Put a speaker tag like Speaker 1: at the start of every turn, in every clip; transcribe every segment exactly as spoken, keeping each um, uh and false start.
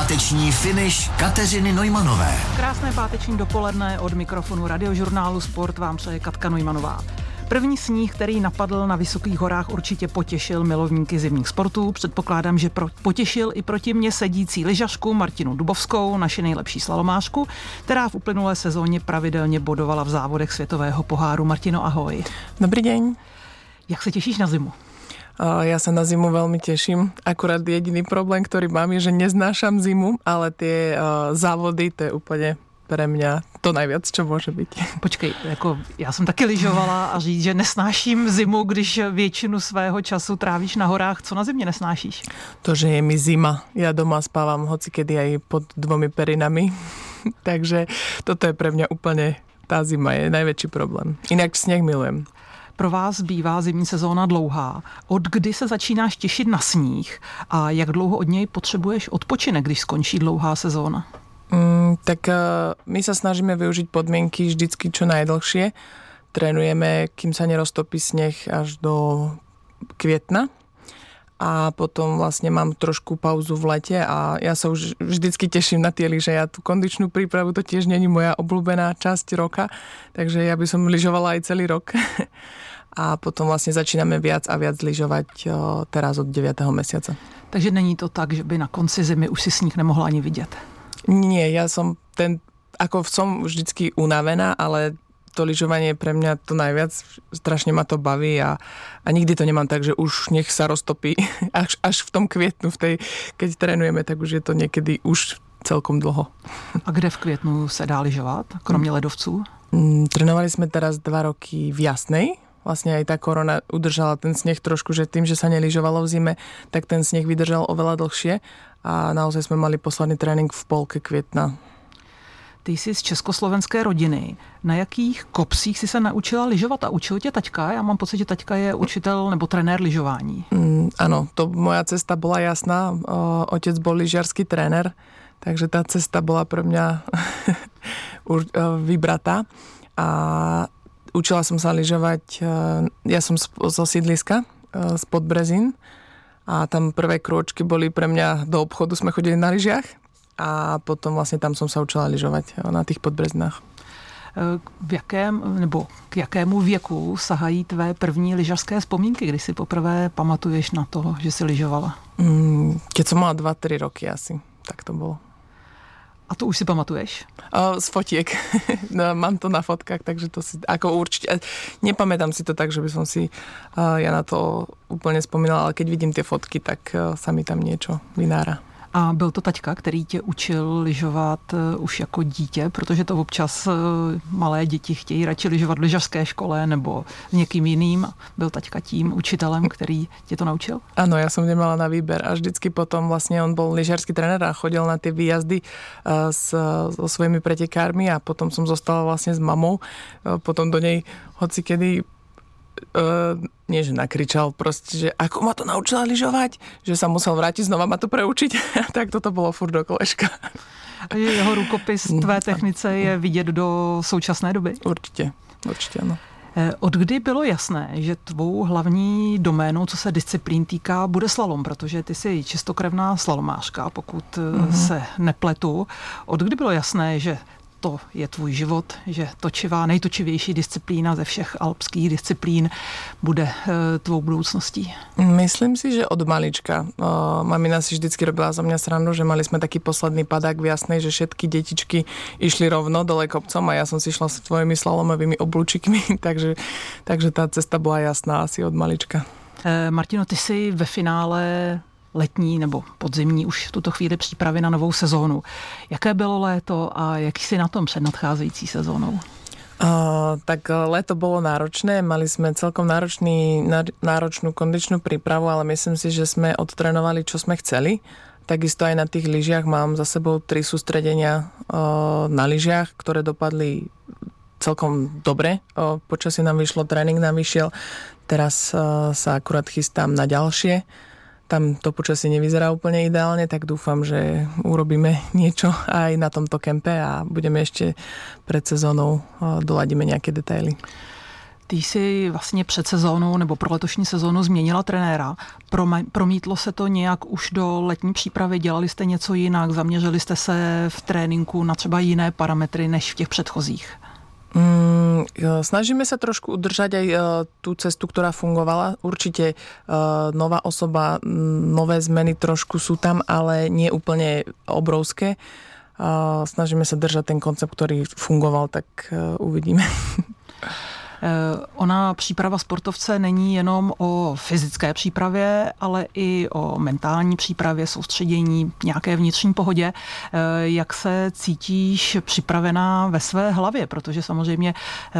Speaker 1: Páteční finish Kateřiny Neumanové.
Speaker 2: Krásné páteční dopoledne od mikrofonu Radiožurnálu Sport vám přeje Katka Neumannová. První sníh, který napadl na Vysokých horách, určitě potěšil milovníky zimních sportů. Předpokládám, že pro, potěšil i proti mně sedící lyžařku Martinu Dubovskou, naši nejlepší slalomářku, která v uplynulé sezóně pravidelně bodovala v závodech světového poháru. Martino, ahoj.
Speaker 3: Dobrý deň.
Speaker 2: Jak se těšíš na zimu?
Speaker 3: Ja sa na zimu veľmi teším. Akurát jediný problém, ktorý mám, je, že neznášam zimu, ale tie uh, závody, to je úplne pre mňa to najviac, čo môže byť.
Speaker 2: Počkej, jako já jsem taky lyžovala a říct, že nesnáším zimu, když většinu svého času trávíš na horách. Co na zimě nesnášíš?
Speaker 3: To, že je mi zima. Ja doma spávam hocikedy aj pod dvomi perinami. Takže toto je pre mňa úplne, tá zima je najväčší problém. Inak sneh milujem.
Speaker 2: Pro vás bývá zimní sezóna dlouhá. Od kdy se začínáš těšit na sníh a jak dlouho od něj potřebuješ odpočinek, když skončí dlouhá sezóna?
Speaker 3: Mm, tak uh, my sa snažíme využiť podmienky vždycky čo najdlhšie. Trénujeme, kým sa neroztopí sneh, až do kvietna. A potom vlastne mám trošku pauzu v lete a ja sa už vždycky teším na tie lyže. Ja tú kondičnú prípravu, to tiež není moja obľúbená časť roka, takže ja by som lyžovala aj celý rok. A potom vlastne začíname viac a viac lyžovať teraz od deviateho mesiaca.
Speaker 2: Takže není to tak, že by na konci zimy už si sníh nemohla ani vidět?
Speaker 3: Nie, ja som ten, ako som vždycky unavená, ale to lyžovanie je pre mňa to najviac, strašne ma to baví a, a nikdy to nemám tak, že už nech sa roztopí až, až v tom kvietnu, v tej, keď trénujeme, tak už je to niekedy už celkom dlho.
Speaker 2: A kde v květnu se dá lyžovat, kromě ledovců?
Speaker 3: Mm, trénovali sme teraz dva roky v Jasnej. Vlastne aj tá korona udržala ten sneh trošku, že tým, že sa nelyžovalo v zime, tak ten sneh vydržal oveľa dlhšie a naozaj sme mali posledný trénink v polke května.
Speaker 2: Ty jsi z československé rodiny. Na jakých kopcích jsi se naučila lyžovat a učil tě taťka? Já mám pocit, že taťka je učitel nebo trenér lyžování.
Speaker 3: Mm, áno, to moja cesta bola jasná. O, otec bol lyžiarsky tréner, takže tá cesta bola pre mňa vybratá. A učila som sa lyžovať, ja som zo sídliska, z Podbrezín a tam prvé krôčky boli pre mňa do obchodu, sme chodili na lyžiach. A potom vlastně tam jsem se učila lyžovat na těch Podbrezinách.
Speaker 2: V jakém, nebo k jakému věku sahají tvé první lyžařské vzpomínky, kdy si poprvé pamatuješ na to, že jsi lyžovala?
Speaker 3: Mm, keď som mala dva tri roky asi, tak to bylo.
Speaker 2: A to už si pamatuješ?
Speaker 3: O, z fotiek. No, mám to na fotkách, takže to si ako určitě, nepamätám si to tak, že by som si uh, ja na to úplně vzpomínala, ale keď vidím ty fotky, tak uh, sa mi tam niečo vynára.
Speaker 2: A byl to taťka, který tě učil lyžovat už jako dítě, protože to občas malé děti chtějí radši lyžovat v lyžařské škole nebo někým jiným. Byl taťka tím učitelem, který tě to naučil?
Speaker 3: Ano, já jsem nemala na výber a vždycky potom vlastně on byl lyžařský trenér a chodil na ty výjazdy s, so svojimi pretekármi a potom som zostala vlastně s mamou. Potom do nej hocikedy Uh, nie, že nakričal proste, že ako ma to naučila lyžovať, že sa musel vrátiť znova ma to preučiť. Tak toto bolo furt do kolečka.
Speaker 2: Jeho rukopis tvé technice je vidět do současné doby?
Speaker 3: Určitě, určitě ano.
Speaker 2: Od kdy bylo jasné, že tvou hlavní doménou, co se disciplín týká, bude slalom, protože ty jsi čistokrevná slalomářka, pokud mm-hmm. se nepletu. Od kdy bylo jasné, že to je tvůj život, že točivá, nejtočivější disciplína ze všech alpských disciplín bude e, tvou budoucností?
Speaker 3: Myslím si, že od malička. O, mamina si vždycky robila za mňa srandu, že mali sme taký posledný padák v Jasnej, že všetky detičky išli rovno dole kopcom a ja som si šla s tvojimi slalomovými oblúčikmi, takže, takže tá cesta bola jasná asi od malička.
Speaker 2: E, Martino, ty si ve finále letní nebo podzimní už v tuto chvíli přípravy na novou sezónu. Jaké bylo léto a jak jsi na tom před nadcházející sezónou?
Speaker 3: Uh, tak leto bolo náročné, mali sme celkom náročný, náročnú kondičnú prípravu, ale myslím si, že sme odtrénovali, čo sme chceli. Takisto aj na tých lyžiach mám za sebou tri sústredenia uh, na lyžiach, ktoré dopadli celkom dobre. Uh, počasie nám vyšlo, tréning nám vyšiel. Teraz uh, sa akurát chystám na ďalšie. Tam to počasie nevyzerá úplne ideálne, tak dúfam, že urobíme niečo aj na tomto kempe a budeme ešte pred sezónou, doladíme nejaké detaily.
Speaker 2: Ty jsi vlastně před sezónou nebo pro letošní sezónu změnila trenéra. Promítlo se to nějak už do letní přípravy? Dělali jste něco jinak? Zaměřili jste se v tréninku na třeba jiné parametry než v těch předchozích?
Speaker 3: Mm, snažíme sa trošku udržať aj uh, tú cestu, ktorá fungovala. Určite uh, nová osoba, nové zmeny trošku sú tam, ale nie úplne obrovské. Uh, snažíme sa držať ten koncept, ktorý fungoval, tak uh, uvidíme.
Speaker 2: Ona příprava sportovce není jenom o fyzické přípravě, ale i o mentální přípravě, soustředění, nějaké vnitřní pohodě. Jak se cítíš připravená ve své hlavě? Protože samozřejmě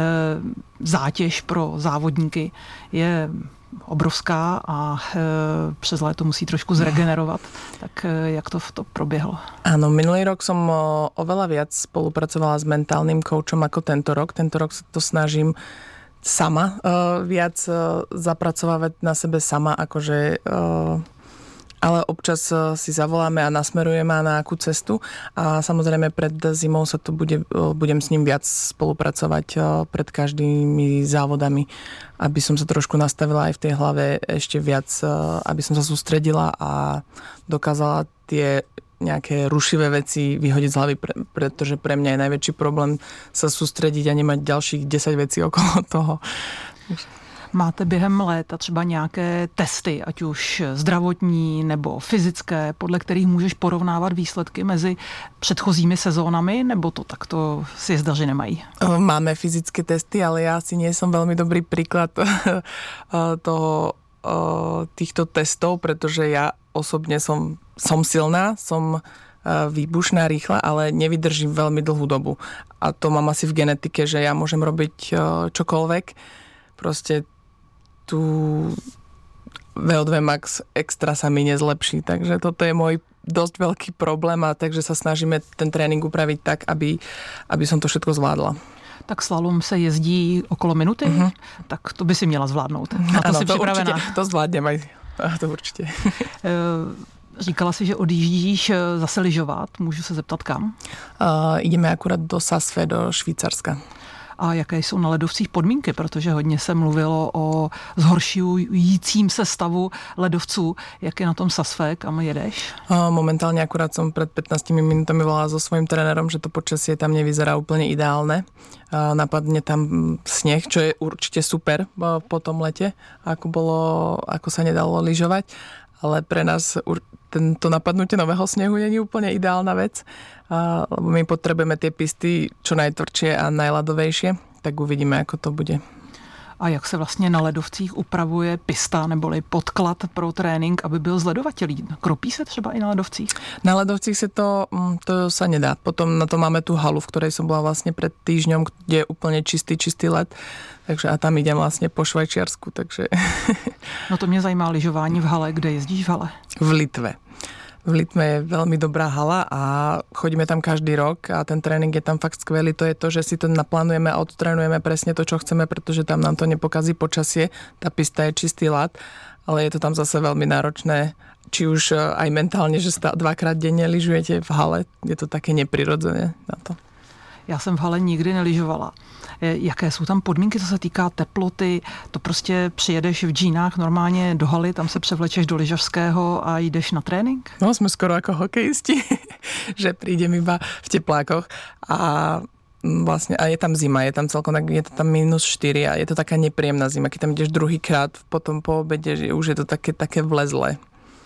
Speaker 2: zátěž pro závodníky je obrovská a přes léto musí trošku zregenerovat. Tak jak to, to proběhlo?
Speaker 3: Áno, minulý rok som oveľa viac spolupracovala s mentálnym koučom ako tento rok. Tento rok sa to snažím sama uh, viac uh, zapracovávať na sebe sama, akože uh, ale občas uh, si zavoláme a nasmerujeme na akú cestu a samozrejme pred zimou sa to bude, uh, budem s ním viac spolupracovať uh, pred každými závodami, aby som sa trošku nastavila aj v tej hlave ešte viac, uh, aby som sa sústredila a dokázala tie nejaké rušivé veci vyhodiť z hlavy, pre, pretože pre mňa je najväčší problém sa sústrediť a nemať ďalších desať vecí okolo toho.
Speaker 2: Máte během léta třeba nějaké testy, ať už zdravotní nebo fyzické, podle kterých můžeš porovnávat výsledky mezi předchozími sezónami, nebo to takto sjezdaři nemají?
Speaker 3: Máme fyzické testy, ale ja si nie som veľmi dobrý príklad toho, týchto testov, pretože ja osobne som, som silná, som výbušná, rýchla, ale nevydržím veľmi dlhú dobu. A to mám asi v genetike, že ja môžem robiť čokoľvek. Proste tu vé ó dva max extra sa mi nezlepší, takže toto je môj dosť veľký problém a takže sa snažíme ten trénink upraviť tak, aby, aby som to všetko zvládla.
Speaker 2: Tak slalom se jezdí okolo minuty, uh-huh. tak to by si měla zvládnout. Na to
Speaker 3: ano,
Speaker 2: si
Speaker 3: to
Speaker 2: připravená.
Speaker 3: Určitě, to zvládnem aj. To určitě.
Speaker 2: Říkala si, že odjíždíš zase lyžovat. Můžu se zeptat kam?
Speaker 3: Uh, ideme akurát do Sasfe, do Švýcarska.
Speaker 2: A jaké jsou na ledovcích podmínky? Protože hodně se mluvilo o zhoršujícím se stavu ledovců. Jak je na tom Sasfe? Kam jedeš?
Speaker 3: Uh, momentálne akurát som pred pätnástimi minútami volala so svojím trénerom, že to počasie tam nevyzerá úplne ideálne. Uh, napadne tam sneh, čo je určite super uh, po tom lete, ako, bolo, ako sa nedalo lyžovať. Ale pre nás tento napadnutie nového snehu nie je úplne ideálna vec, lebo my potrebujeme tie pisty čo najtvrdšie a najľadovejšie, tak uvidíme, ako to bude.
Speaker 2: A jak se vlastně na ledovcích upravuje pista neboli podklad pro trénink, aby byl zledovatelný? Kropí se třeba i na ledovcích?
Speaker 3: Na ledovcích se to, to sa nedá. Potom na to máme tu halu, v ktorej som bola vlastne pred týždňom, kde je úplne čistý, čistý led. Takže a tam idem vlastne po Švajčiarsku, takže...
Speaker 2: No to mě zajímá lyžování v hale. Kde jezdíš v hale?
Speaker 3: V Litve. V Litve je veľmi dobrá hala a chodíme tam každý rok a ten tréning je tam fakt skvelý. To je to, že si to naplánujeme a odtrénujeme presne to, čo chceme, pretože tam nám to nepokazí počasie. Tá pista je čistý ľad, ale je to tam zase veľmi náročné. Či už aj mentálne, že dvakrát denne lyžujete v hale. Je to také neprirodzené na to.
Speaker 2: Já jsem v hale nikdy nelyžovala. Jaké jsou tam podmínky, co se týká teploty? To prostě přijedeš v džínách normálně do haly, tam se převlečeš do lyžařského a jdeš na trénink?
Speaker 3: No, jsme skoro jako hokejisti, že prídem iba v teplákoch a vlastne, a je tam zima, je tam celkom, je to tam minus štyri a je to taká nepríjemná zima. Keď tam ideš druhýkrát, potom po obede, že už je to také, také vlezlé.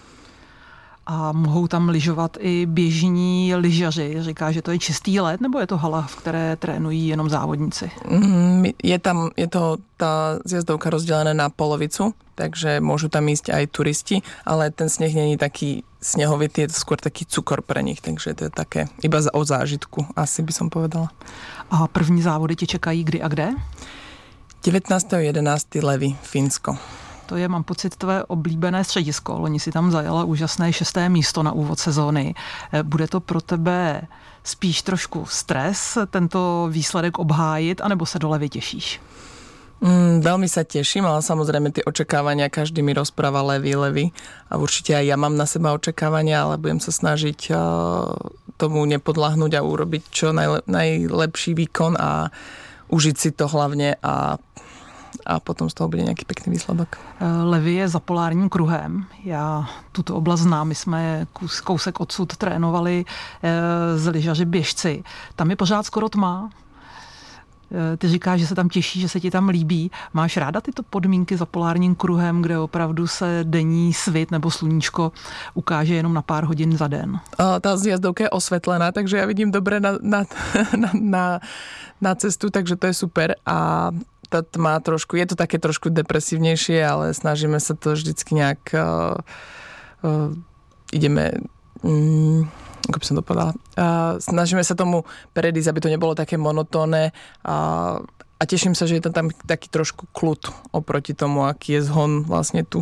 Speaker 2: A mohou tam lyžovat i běžní lyžaři. Říká, že to je čistý led, nebo je to hala, v které trénují jenom závodníci?
Speaker 3: Je tam, je to tá zjazdovka rozdelená na polovicu, takže môžu tam ísť aj turisti, ale ten sneh nie je taký snehovitý, je to skôr taký cukor pre nich, takže to je také iba o zážitku, asi by som povedala.
Speaker 2: A první závody tě čekají kdy a kde?
Speaker 3: devätnásteho jedenásteho Levy, Fínsko.
Speaker 2: To je, mám pocit, tvé oblíbené středisko. Loni si tam zajala úžasné šesté místo na úvod sezóny. Bude to pro tebe spíš trošku stres tento výsledek obhájit, anebo se do Levy těšíš?
Speaker 3: Mm, veľmi sa teším, ale samozrejme tie očakávania, každý mi rozpráva Levy, Levy a určite aj ja mám na seba očakávania, ale budem sa snažiť uh, tomu nepodľahnúť a urobiť čo najle- najlepší výkon a užiť si to hlavne a a potom z toho bude nějaký pekný výsledok.
Speaker 2: Levy je za polárním kruhem. Já tuto oblast znám. My jsme kousek odsud trénovali z lyžaři běžci. Tam je pořád skoro tma. Ty říkáš, že se tam těší, že se ti tam líbí. Máš ráda tyto podmínky za polárním kruhem, kde opravdu se denní svit nebo sluníčko ukáže jenom na pár hodin za den?
Speaker 3: Tá zjazdovka je osvetlená, takže ja vidím dobre na, na, na, na, na cestu, takže to je super. A tá tma trošku, je to také trošku depresívnejšie, ale snažíme sa to vždycky nejak uh, uh, ideme... Um, ako by som to povedala. Uh, snažíme sa tomu predísť, aby to nebolo také monotónne a, a teším sa, že je to tam taký trošku kľud oproti tomu, aký je zhon vlastne tu.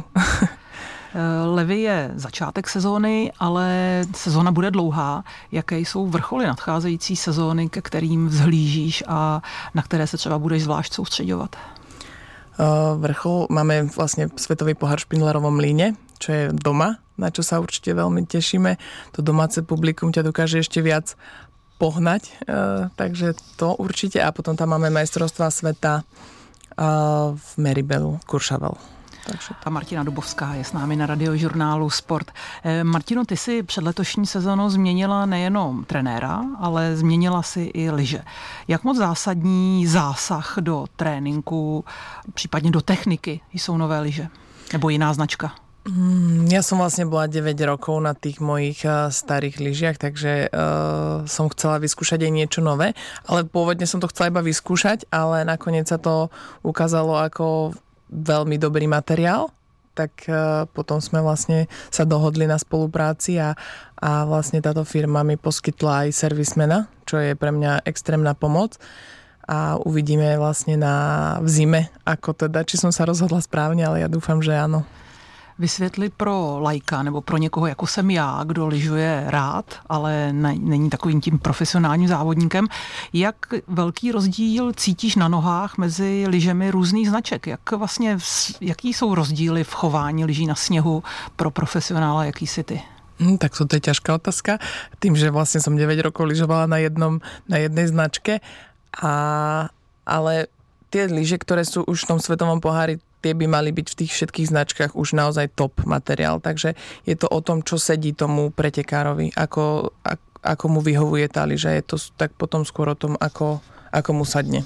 Speaker 2: Levy je začátek sezóny, ale sezóna bude dlouhá. Jaké jsou vrcholy nadcházející sezóny, ke kterým vzhlížíš a na které se třeba budeš zvlášť soustředovat?
Speaker 3: Uh, vrchol máme vlastne Svetový pohár v Špindlerovom Mlýne, čo je doma, na čo sa určite veľmi tešíme. To domáce publikum ťa dokáže ešte viac pohnať, uh, takže to určite. A potom tam máme majstrovstvá sveta uh, v Meribelu, Courchevel. Takže...
Speaker 2: A Martina Dubovská je s námi na radiožurnálu Sport. E, Martino, ty si před letošní sezónou změnila nejenom trenéra, ale změnila si i lyže. Jak moc zásadní zásah do tréninku, případně do techniky jsou nové lyže? Nebo jiná značka?
Speaker 3: Ja som vlastne bola deväť rokov na tých mojich uh, starých lyžiach, takže uh, som chcela vyskúšať aj niečo nové, ale pôvodne som to chcela iba vyskúšať, ale nakoniec sa to ukázalo ako veľmi dobrý materiál, tak uh, potom sme vlastne sa dohodli na spolupráci a, a vlastne táto firma mi poskytla aj servismena, čo je pre mňa extrémna pomoc. A uvidíme vlastne na, v zime, ako teda, či som sa rozhodla správne, ale ja dúfam, že áno.
Speaker 2: Vysvětli pro laika nebo pro někoho, jako jsem já, kdo lyžuje rád, ale ne, není takovým tím profesionálním závodníkem, jak velký rozdíl cítíš na nohách mezi lyžemi různých značek? Jak vlastně, jaký jsou rozdíly v chování lyží na sněhu pro profesionála, jaký jsi ty?
Speaker 3: Hmm, tak to je ťažká otázka. Tým, že vlastne som deväť rokov lyžovala na, jednom, na jednej značke, a, ale tie lyže, ktoré sú už v tom svetovom pohári, tie by mali byť v tých všetkých značkách už naozaj top materiál. Takže je to o tom, čo sedí tomu pretekárovi, ako, ako mu vyhovuje tá lyža. Je to tak potom skôr o tom, ako, ako mu sadne.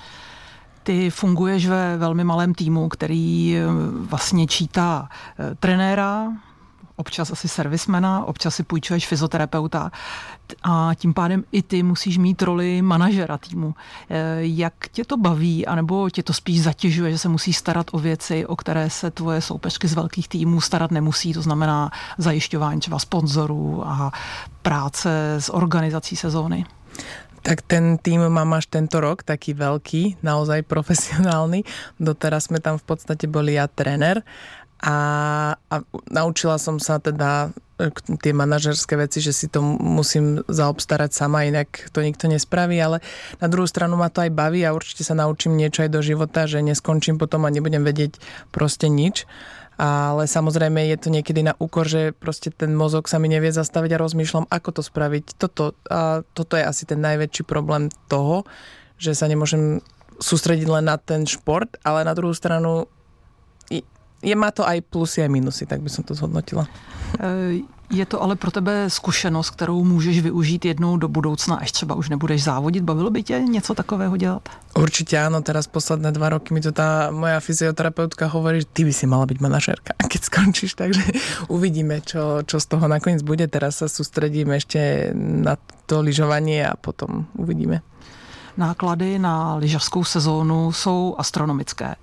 Speaker 2: Ty funguješ ve velmi malém týmu, který vlastně čítá trenéra, občas asi servismana, občas si půjčuješ fyzioterapeuta a tím pádem i ty musíš mít roli manažera týmu. Jak tě to baví, anebo tě to spíš zatěžuje, že se musíš starat o věci, o které se tvoje soupeřky z velkých týmů starat nemusí, to znamená zajišťování třeba sponzorů a práce s organizací sezóny?
Speaker 3: Tak ten tým mám až tento rok, taký veľký, naozaj profesionálny. Doteraz sme tam v podstate boli ja tréner. A, a naučila som sa teda tie manažerské veci, že si to musím zaobstarať sama, inak to nikto nespraví, ale na druhú stranu ma to aj baví a určite sa naučím niečo aj do života, že neskončím potom a nebudem vedieť proste nič. Ale samozrejme je to niekedy na úkor, že proste ten mozog sa mi nevie zastaviť a rozmýšľam, ako to spraviť. Toto, a toto je asi ten najväčší problém toho, že sa nemôžem sústrediť len na ten šport, ale na druhú stranu je, má to aj plusy a minusy, tak by som to zhodnotila.
Speaker 2: Je to ale pro tebe zkušenost, kterou můžeš využít jednou do budoucna, až třeba už nebudeš závodit? Bavilo by tě něco takového dělat?
Speaker 3: Určite áno, teraz posledné dva roky mi to tá moja fyzioterapeutka hovorí, že ty by si mala byť manažérka, keď skončíš, takže uvidíme, čo, čo z toho nakoniec bude. Teraz sa sústredím ešte na to lyžovanie a potom uvidíme.
Speaker 2: Náklady na lyžařskou sezónu jsou astronomické.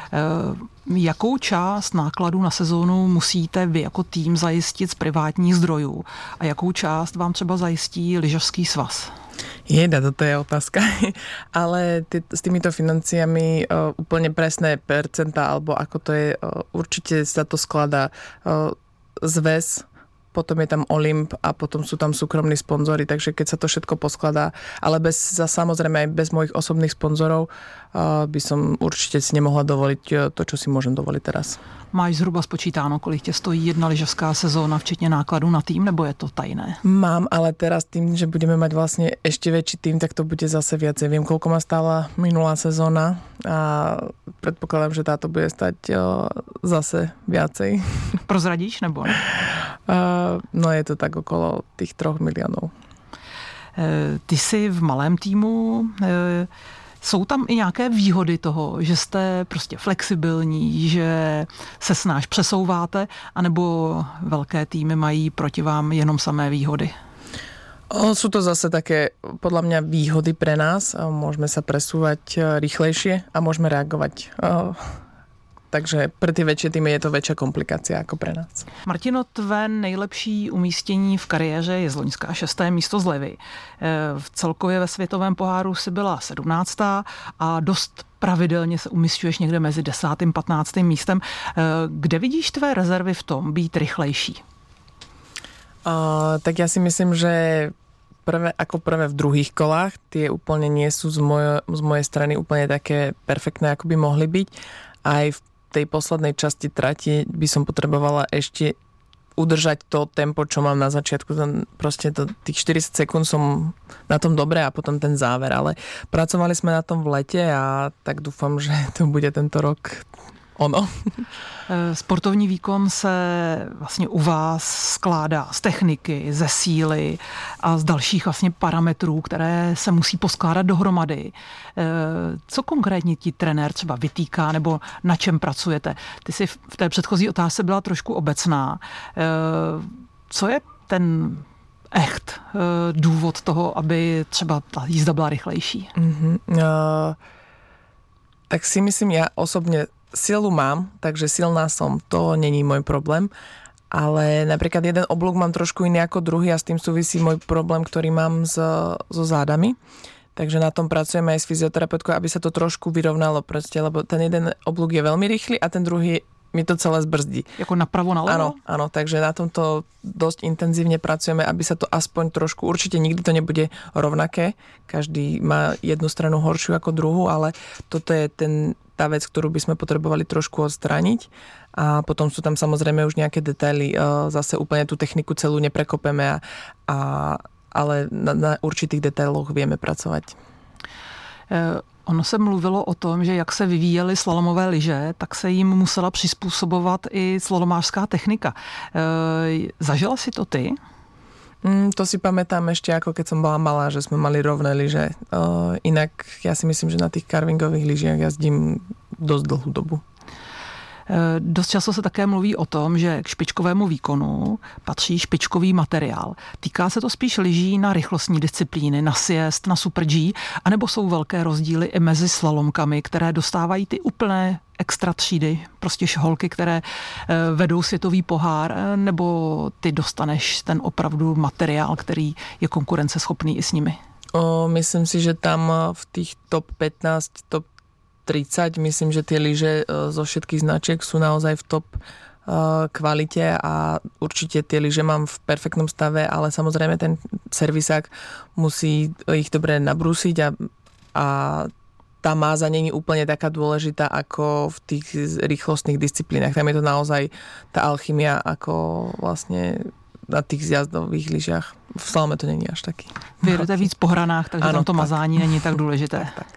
Speaker 2: Jakou část nákladů na sezónu musíte vy jako tým zajistit z privátních zdrojů a jakou část vám třeba zajistí lyžařský svaz?
Speaker 3: Jeda, toto je otázka. Ale ty, s týmito financiami uh, úplne presné percentá, alebo ako to je, uh, určite sa to skladá uh, zväz, potom je tam Olymp a potom sú tam súkromní sponzory, takže keď sa to všetko poskladá, ale bez, za samozrejme aj bez mojich osobných sponzorov, by som určite si nemohla dovoliť to, čo si môžem dovoliť teraz.
Speaker 2: Máš zhruba spočítáno, kolik tě stojí jedna lyžařská sezóna, včetně nákladů na tým, nebo je to tajné?
Speaker 3: Mám, ale teraz tým, že budeme mať vlastne ešte väčší tým, tak to bude zase viacej. Viem, koľko ma stála minulá sezóna a predpokladám, že táto bude stať zase viacej.
Speaker 2: Prozradíš, nebo ne?
Speaker 3: No je to tak okolo tých troch miliónov.
Speaker 2: Ty jsi v malém týmu. Jsou tam i nějaké výhody toho, že jste prostě flexibilní, že se snáš přesouváte, anebo velké týmy mají proti vám jenom samé výhody?
Speaker 3: Sú to zase také, podľa mňa, výhody pre nás. Môžeme sa presúvať rýchlejšie a môžeme reagovať. Takže pre ty väčšie týmy je to väčšia komplikácia ako pre nás.
Speaker 2: Martino, tvé nejlepší umístění v kariéře je z loňská šesté místo z Livy. V celkově ve světovém poháru si byla sedmnáctá a dost pravidelně se umísťuješ někde mezi desátým a patnáctým místem. Kde vidíš tvé rezervy v tom být rychlejší?
Speaker 3: Uh, tak ja si myslím, že prvé, ako prvé v druhých kolách, tie úplne nie sú z, mojo, z mojej strany úplne také perfektné, ako by mohli byť. Aj v tej poslednej časti trati by som potrebovala ešte udržať to tempo, čo mám na začiatku. Ten, proste to, tých štyridsať sekúnd som na tom dobre a potom ten záver. Ale pracovali sme na tom v lete a tak dúfam, že to bude tento rok ono.
Speaker 2: Sportovní výkon se vlastně u vás skládá z techniky, ze síly a z dalších vlastně parametrů, které se musí poskládat dohromady. Co konkrétně ti trenér třeba vytýká nebo na čem pracujete? Ty jsi v té předchozí otázce byla trošku obecná. Co je ten echt důvod toho, aby třeba ta jízda byla rychlejší?
Speaker 3: Mm-hmm. Uh, tak si myslím, ja osobne silu mám, takže silná som, to není môj problém, ale napríklad jeden oblúk mám trošku iný ako druhý a s tým súvisí môj problém, ktorý mám so, so zádami. Takže na tom pracujeme aj s fyzioterapeutkou, aby sa to trošku vyrovnalo proste, lebo ten jeden oblúk je veľmi rýchly a ten druhý mi to celé zbrzdí.
Speaker 2: Jako napravo, nalevo?
Speaker 3: Áno, áno, takže na tomto dosť intenzívne pracujeme, aby sa to aspoň trošku, určite nikdy to nebude rovnaké, každý má jednu stranu horšiu ako druhú, ale toto je ten, tá vec, ktorú by sme potrebovali trošku odstrániť a potom sú tam samozrejme už nejaké detaily, zase úplne tú techniku celú neprekopeme, a, a, ale na, na určitých detailoch vieme pracovať.
Speaker 2: Uh... Ono se mluvilo o tom, že jak se vyvíjely slalomové lyže, tak se jim musela přizpůsobovat i slalomářská technika. E, zažila si to ty?
Speaker 3: Mm, to si pamätám ešte ako keď som bola malá, že sme mali rovné lyže. E, inak ja si myslím, že na tých carvingových lyžiach jazdím dosť dlhú dobu.
Speaker 2: Dost často se také mluví o tom, že k špičkovému výkonu patří špičkový materiál. Týká se to spíš lyží na rychlostní disciplíny, na sjezd, na super G, anebo jsou velké rozdíly i mezi slalomkami, které dostávají ty úplné extra třídy, prostě šholky, které vedou světový pohár, nebo ty dostaneš ten opravdu materiál, který je konkurenceschopný i s nimi?
Speaker 3: O, myslím si, že tam v tých top pätnásť, top tridsať, myslím, že tie lyže zo všetkých značiek sú naozaj v top kvalite a určite tie lyže mám v perfektnom stave, ale samozrejme ten servisák musí ich dobre nabrúsiť a, a tá máza není úplne taká dôležitá ako v tých rýchlostných disciplínach. Tam je to naozaj tá alchymia ako vlastne na tých zjazdových lyžiach. V slalome to není až taký.
Speaker 2: Vy jedete víc po hranách, takže ano, tam to tak. Mazání není tak důležité. Tak, tak.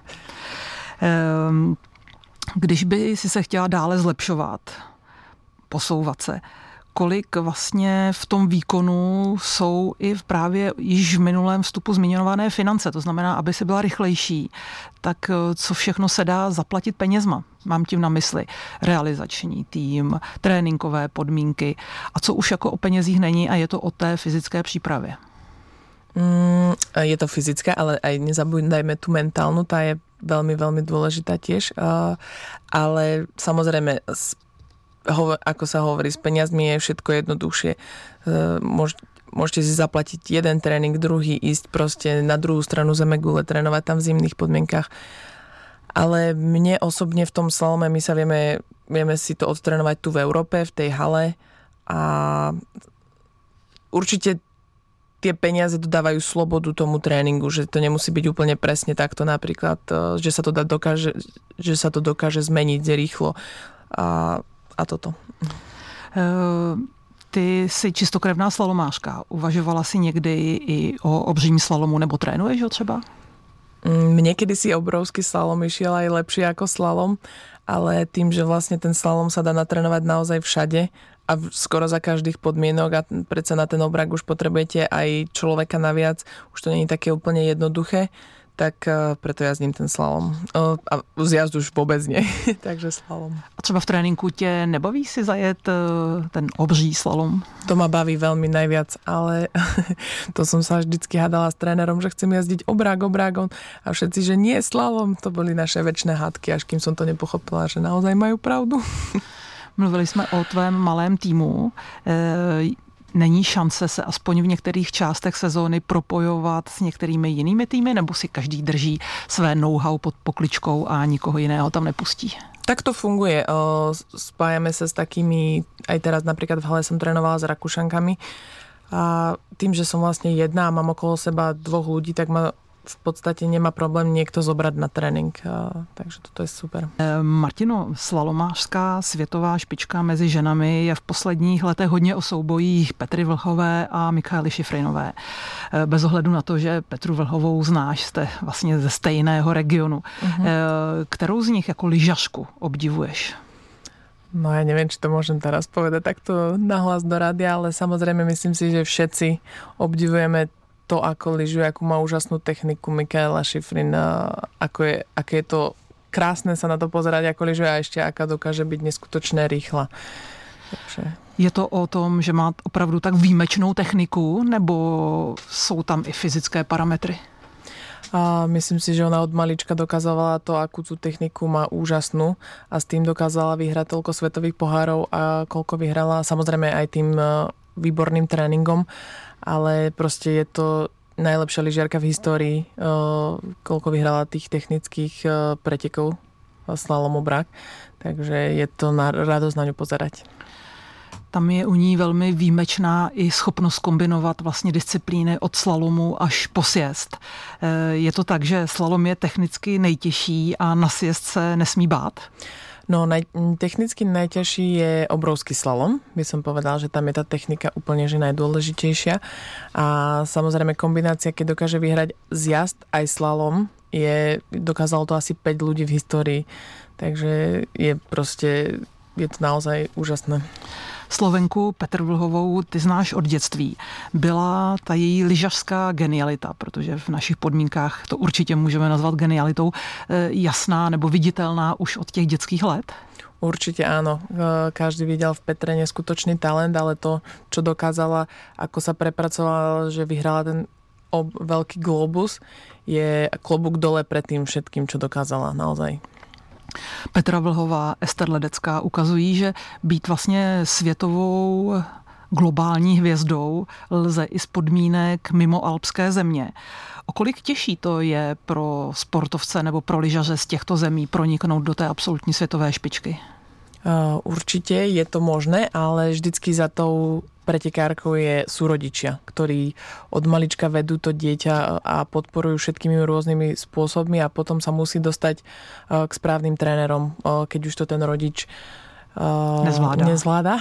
Speaker 2: Když by si se chtěla dále zlepšovat, posouvat se, kolik vlastně v tom výkonu jsou i v právě již v minulém vstupu zmiňované finance, to znamená, aby si byla rychlejší, tak co všechno se dá zaplatit penězma? Mám tím na mysli realizační tým, tréninkové podmínky a co už jako o penězích není a je to o té fyzické přípravě.
Speaker 3: Mm, je to fyzická, ale aj nezabúdajme tú mentálnu, tá je veľmi, veľmi dôležitá tiež. Uh, ale samozrejme, s, ho, ako sa hovorí, s peniazmi je všetko jednoduchšie. Uh, môž, môžete si zaplatiť jeden tréning, druhý, ísť proste na druhú stranu zemegule, trénovať tam v zimných podmienkach. Ale mne osobne v tom slalome my sa vieme, vieme si to odtrénovať tu v Európe, v tej hale a určite tie peniaze dodávajú slobodu tomu tréningu, že to nemusí byť úplne presne takto napríklad, že sa to dá dokáže, že sa to dokáže zmeniť rýchlo a, a toto.
Speaker 2: Uh... Ty jsi čistokrevná slalomářka. Uvažovala si někdy i o obřím slalomu nebo trénuješ ho třeba?
Speaker 3: Mne kedysi obrovský slalom išiel aj lepšie ako slalom, ale tým, že vlastne ten slalom sa dá natrénovať naozaj všade a skoro za každých podmienok a predsa na ten obrak už potrebujete aj človeka naviac, už to nie je také úplne jednoduché, tak preto jazdím ten slalom. A z jazdu už vôbec nie, takže slalom.
Speaker 2: A třeba v tréninku tě nebaví si zajet ten obří slalom?
Speaker 3: To ma baví veľmi najviac, ale to som sa vždycky hádala s trénerom, že chcem jazdiť obrák, obrák. A všetci, že nie slalom. To boli naše večné hádky, až kým som to nepochopila, že naozaj majú pravdu.
Speaker 2: Mluvili jsme o tvém malém týmu. E- Není šance se aspoň v některých částech sezóny propojovat s některými jinými týmy, nebo si každý drží své know-how pod pokličkou a nikoho jiného tam nepustí?
Speaker 3: Tak to funguje. Spájame sa s takými, aj teraz napríklad v hale som trénovala s Rakúšankami a tým, že som vlastne jedna a mám okolo seba dvoch ľudí, tak ma v podstate nemá problém niekto zobrať na trénink. Takže toto je super.
Speaker 2: Martino, slalomářská světová špička mezi ženami je v posledních letech hodně o soubojích Petry Vlhové a Michaely Šifrinové. Bez ohledu na to, že Petru Vlhovou znáš, jste vlastně ze stejného regionu. Uh-huh. Kterou z nich jako lyžařku obdivuješ?
Speaker 3: No ja neviem, či to môžem teraz povedať takto nahlas do rádia, ale samozrejme myslím si, že všetci obdivujeme to, ako lyžuje, akú má úžasnú techniku Michaela Šifrin, ako je, aké je to krásne sa na to pozerať, ako lyžuje a ešte aká dokáže byť neskutočne rýchla. Takže...
Speaker 2: Je to o tom, že má opravdu tak výjimečnou techniku, nebo sú tam i fyzické parametry?
Speaker 3: A myslím si, že ona od malička dokazovala to, akú tú techniku má úžasnú a s tým dokázala vyhrať toľko svetových pohárov a koľko vyhrala, samozrejme aj tým výborným tréningom, ale proste je to najlepšia lyžiarka v histórii, koľko vyhrala tých technických pretekov slalom obrák, takže je to na radosť na ňu pozerať.
Speaker 2: Tam je u ní velmi výjimečná i schopnost kombinovat vlastně disciplíny od slalomu až po sjezd. Je to tak, že slalom je technicky nejtěžší a na sjezd se nesmí bát?
Speaker 3: No, naj, technicky najťažší je obrovský slalom. By som povedal, že tam je tá technika úplne že najdôležitejšia. A samozrejme kombinácia, keď dokáže vyhrať zjazd aj slalom, je, dokázalo to asi päť ľudí v histórii. Takže je proste, je to naozaj úžasné.
Speaker 2: Slovenku Petru Vlhovou ty znáš od dětství. Byla ta její lyžařská genialita, protože v našich podmínkách to určitě můžeme nazvat genialitou, jasná nebo viditelná už od těch dětských let?
Speaker 3: Určite áno. Každý videl v Petre neskutočný talent, ale to, čo dokázala, ako sa prepracovala, že vyhrala ten veľký globus, je klobúk dole pred tým všetkým, čo dokázala naozaj.
Speaker 2: Petra Vlhová, Ester Ledecká ukazují, že být vlastně světovou globální hvězdou lze i z podmínek mimo alpské země. O kolik těžší to je pro sportovce nebo pro lyžaře z těchto zemí proniknout do té absolutní světové špičky?
Speaker 3: Určite je to možné, ale vždycky za tou pretekárkou je, sú rodičia, ktorí od malička vedú to dieťa a podporujú všetkými rôznymi spôsobmi a potom sa musí dostať k správnym trénerom, keď už to ten rodič
Speaker 2: nezvláda.
Speaker 3: nezvláda.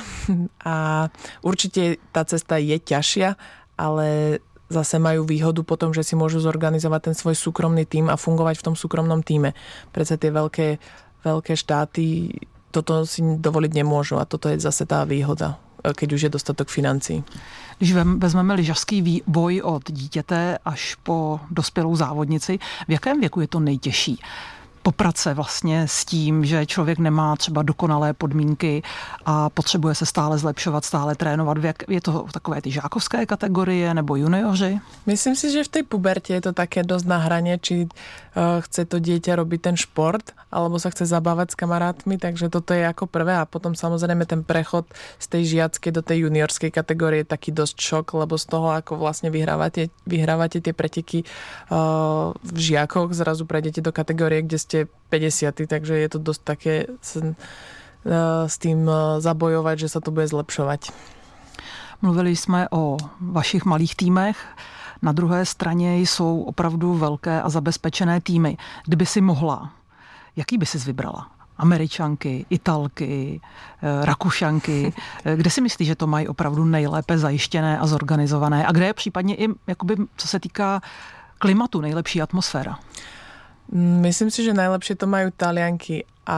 Speaker 3: A určite tá cesta je ťažšia, ale zase majú výhodu potom, že si môžu zorganizovať ten svoj súkromný tím a fungovať v tom súkromnom tíme. Predsa tie veľké, veľké štáty toto si dovoliť nemôžu a toto je zase tá výhoda, keď už je dostatok financií.
Speaker 2: Když vezmeme lyžařský vývoj od dítěte až po dospělou závodnici, v jakém věku je to nejtěžší? Poprat se vlastně s tím, že člověk nemá třeba dokonalé podmínky a potřebuje se stále zlepšovat, stále trénovat. Je to takové ty žákovské kategorie nebo junioři?
Speaker 3: Myslím si, že v tej puberte je to také dosť na hrane, či uh, chce to dieťa robiť ten šport, alebo sa chce zabávať s kamarátmi, takže toto je ako prvé a potom samozrejme ten prechod z tej žiackej do tej juniorskej kategórie je taký dosť šok, lebo z toho, ako vlastne vyhrávate, vyhrávate tie preteky uh, v žiakoch, zrazu prejdete do kategórie, kde ste päťdesiaty, takže je to dosť také s, s tým zabojovať, že sa to bude zlepšovať.
Speaker 2: Mluvili jsme o vašich malých týmech. Na druhé straně jsou opravdu velké a zabezpečené týmy. Kdyby si mohla, jaký by sis vybrala? Američanky, Italky, Rakušanky. Kde si myslíš, že to mají opravdu nejlépe zajištěné a zorganizované? A kde je případně i, jakoby, co se týká klimatu, nejlepší atmosféra?
Speaker 3: Myslím si, že najlepšie to majú Talianky a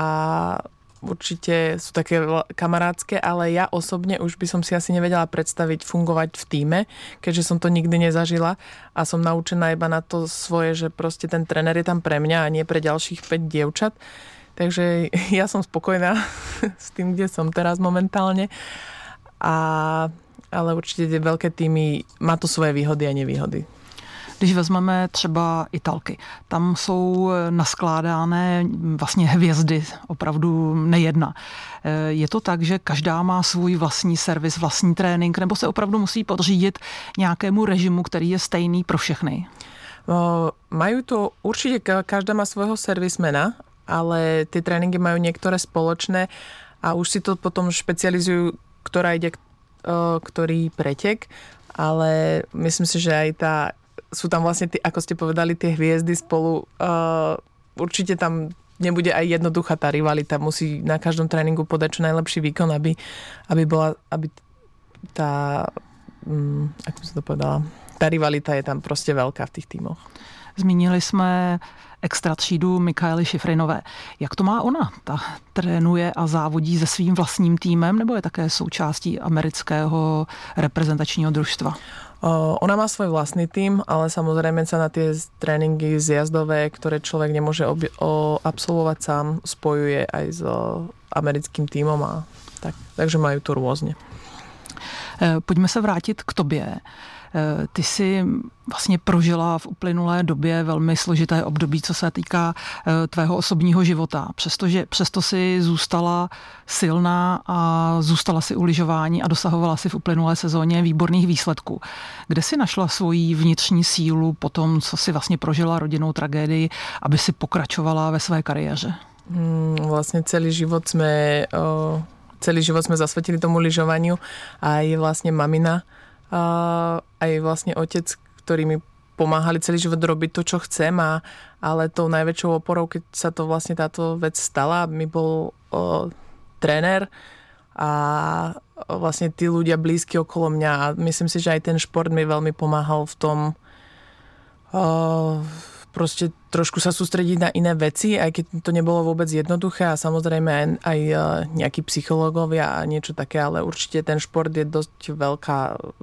Speaker 3: určite sú také kamarádske, ale ja osobne už by som si asi nevedela predstaviť fungovať v tíme, keďže som to nikdy nezažila a som naučená iba na to svoje, že proste ten tréner je tam pre mňa a nie pre ďalších päť dievčat. Takže ja som spokojná s tým, kde som teraz momentálne. A, ale určite tie veľké týmy má to svoje výhody a nevýhody.
Speaker 2: Když vezmeme třeba Italky, tam jsou naskládané vlastně hvězdy, opravdu nejedna. Je to tak, že každá má svůj vlastní servis, vlastní trénink, nebo se opravdu musí podřídit nějakému režimu, který je stejný pro všechny?
Speaker 3: Majú to, určite každá má svojho servismena, ale tie tréningy majú niektoré spoločné a už si to potom špecializujú, ktorá ide, ktorý pretek, ale myslím si, že aj tá sú tam vlastne, tí, ako ste povedali, tie hviezdy spolu. Uh, určite tam nebude aj jednoduchá tá rivalita. Musí na každom tréningu podať čo najlepší výkon, aby, aby bola, aby tá, um, ako by som to povedala, tá rivalita je tam proste veľká v tých tímoch.
Speaker 2: Zmínili jsme extra třídu Mikaely Šifrinové. Jak to má ona? Ta trénuje a závodí se svým vlastním týmem, nebo je také součástí amerického reprezentačního družstva?
Speaker 3: Ona má svoj vlastný tým, ale samozrejme sa na tie tréningy zjazdové, ktoré človek nemôže ob- o- absolvovať sám, spojuje aj s americkým týmom a tak. Takže majú to rôzne.
Speaker 2: Pojďme se vrátit k tobě. Ty jsi vlastně prožila v uplynulé době velmi složité období, co se týká tvého osobního života. Přestože, přesto si zůstala silná a zůstala si u lyžování a dosahovala si v uplynulé sezóně výborných výsledků. Kde si našla svoji vnitřní sílu po tom, co si vlastně prožila rodinnou tragédii, aby si pokračovala ve své kariéře?
Speaker 3: Hmm, vlastně celý život jsme... O... Celý život sme zasvetili tomu lyžovaniu a aj vlastne mamina a aj vlastne otec, ktorí mi pomáhali celý život robiť to, čo chcem, a, ale tou najväčšou oporou, keď sa to vlastne táto vec stala, mi bol o, tréner a vlastne tí ľudia blízky okolo mňa a myslím si, že aj ten šport mi veľmi pomáhal v tom o, proste trošku sa sústrediť na iné veci, aj keď to nebolo vôbec jednoduché a samozrejme aj, aj nejakí psychológovia a niečo také, ale určite ten šport je dosť veľká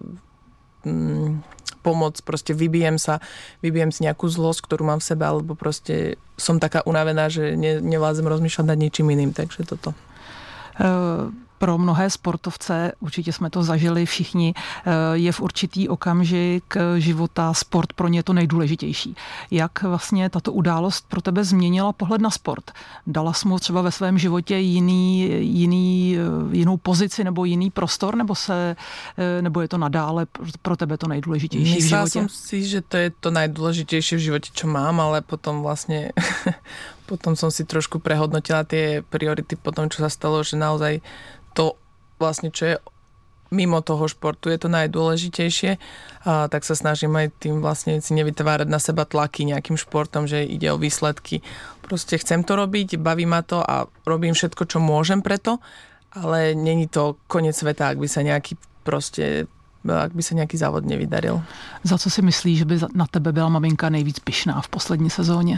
Speaker 3: mm, pomoc. Proste vybijem sa, vybijem si nejakú zlosť, ktorú mám v sebe, alebo proste som taká unavená, že ne, nevládzem rozmýšľať nad ničím iným, takže toto.
Speaker 2: Uh... Pro mnohé sportovce, určitě jsme to zažili všichni, je v určitý okamžik života sport pro ně to nejdůležitější. Jak vlastně tato událost pro tebe změnila pohled na sport? Dala jsi mu třeba ve svém životě jiný, jiný, jinou pozici nebo jiný prostor, nebo, se, nebo je to nadále pro tebe to nejdůležitější v životě?
Speaker 3: Myslela som si, že to je to najdôležitejšie v živote, čo mám, ale potom vlastne potom som si trošku prehodnotila tie priority po tom, čo sa stalo, že naozaj to vlastne, čo je mimo toho športu, je to najdôležitejšie. A tak sa snažím aj tým vlastne si nevytvárať na seba tlaky nejakým športom, že ide o výsledky. Proste chcem to robiť, baví ma to a robím všetko, čo môžem preto, ale není to koniec sveta, ak by sa nejaký proste ak by sa nejaký závod nevydaril.
Speaker 2: Za co si myslíš, že by na tebe byla maminka nejvíc pyšná v poslední sezóně?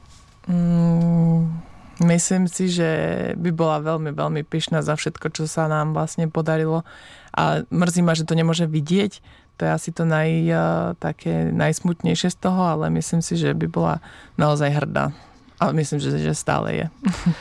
Speaker 3: Mm... Myslím si, že by bola veľmi, veľmi pyšná za všetko, čo sa nám vlastne podarilo. A mrzí ma, že to nemôže vidieť. To je asi to naj, také najsmutnejšie z toho, ale myslím si, že by bola naozaj hrdá. A myslím, že, že stále je.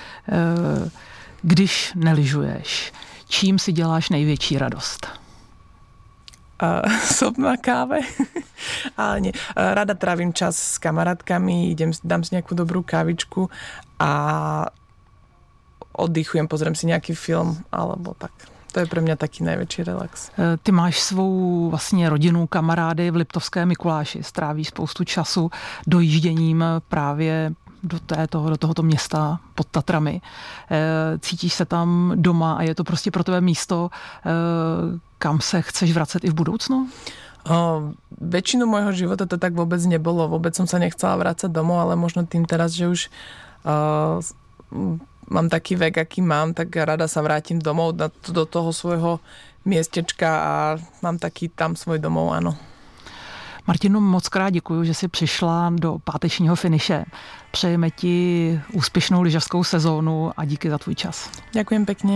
Speaker 2: Když nelyžuješ, čím si děláš největší radost?
Speaker 3: Uh, sop na káve. Ale nie. Uh, rada trávim čas s kamarátkami, idem, dám si nejakú dobrú kávičku a oddychujem, pozriem si nejaký film, alebo tak. To je pre mňa taký najväčší relax.
Speaker 2: Ty máš svou vlastně rodinu, kamarády v Liptovské Mikuláši. Strávíš spoustu času dojížděním právě do, této, do tohoto města pod Tatrami. Cítíš se tam doma a je to prostě pro tebe místo, kam se chceš vracet i v budoucnu?
Speaker 3: O, väčšinu môjho života to tak vôbec nebolo. Vôbec som sa nechcela vrácať domov, ale možno tým teraz, že už uh, mám taký vek, aký mám, tak rada sa vrátim domov do toho svojho miestečka a mám taký tam svoj domov, áno.
Speaker 2: Martino, moc krát děkuji, že jsi přišla do pátečního finiše. Přejeme ti úspěšnou lyžařskou sezónu a díky za tvůj čas.
Speaker 3: Ďakujem pekne.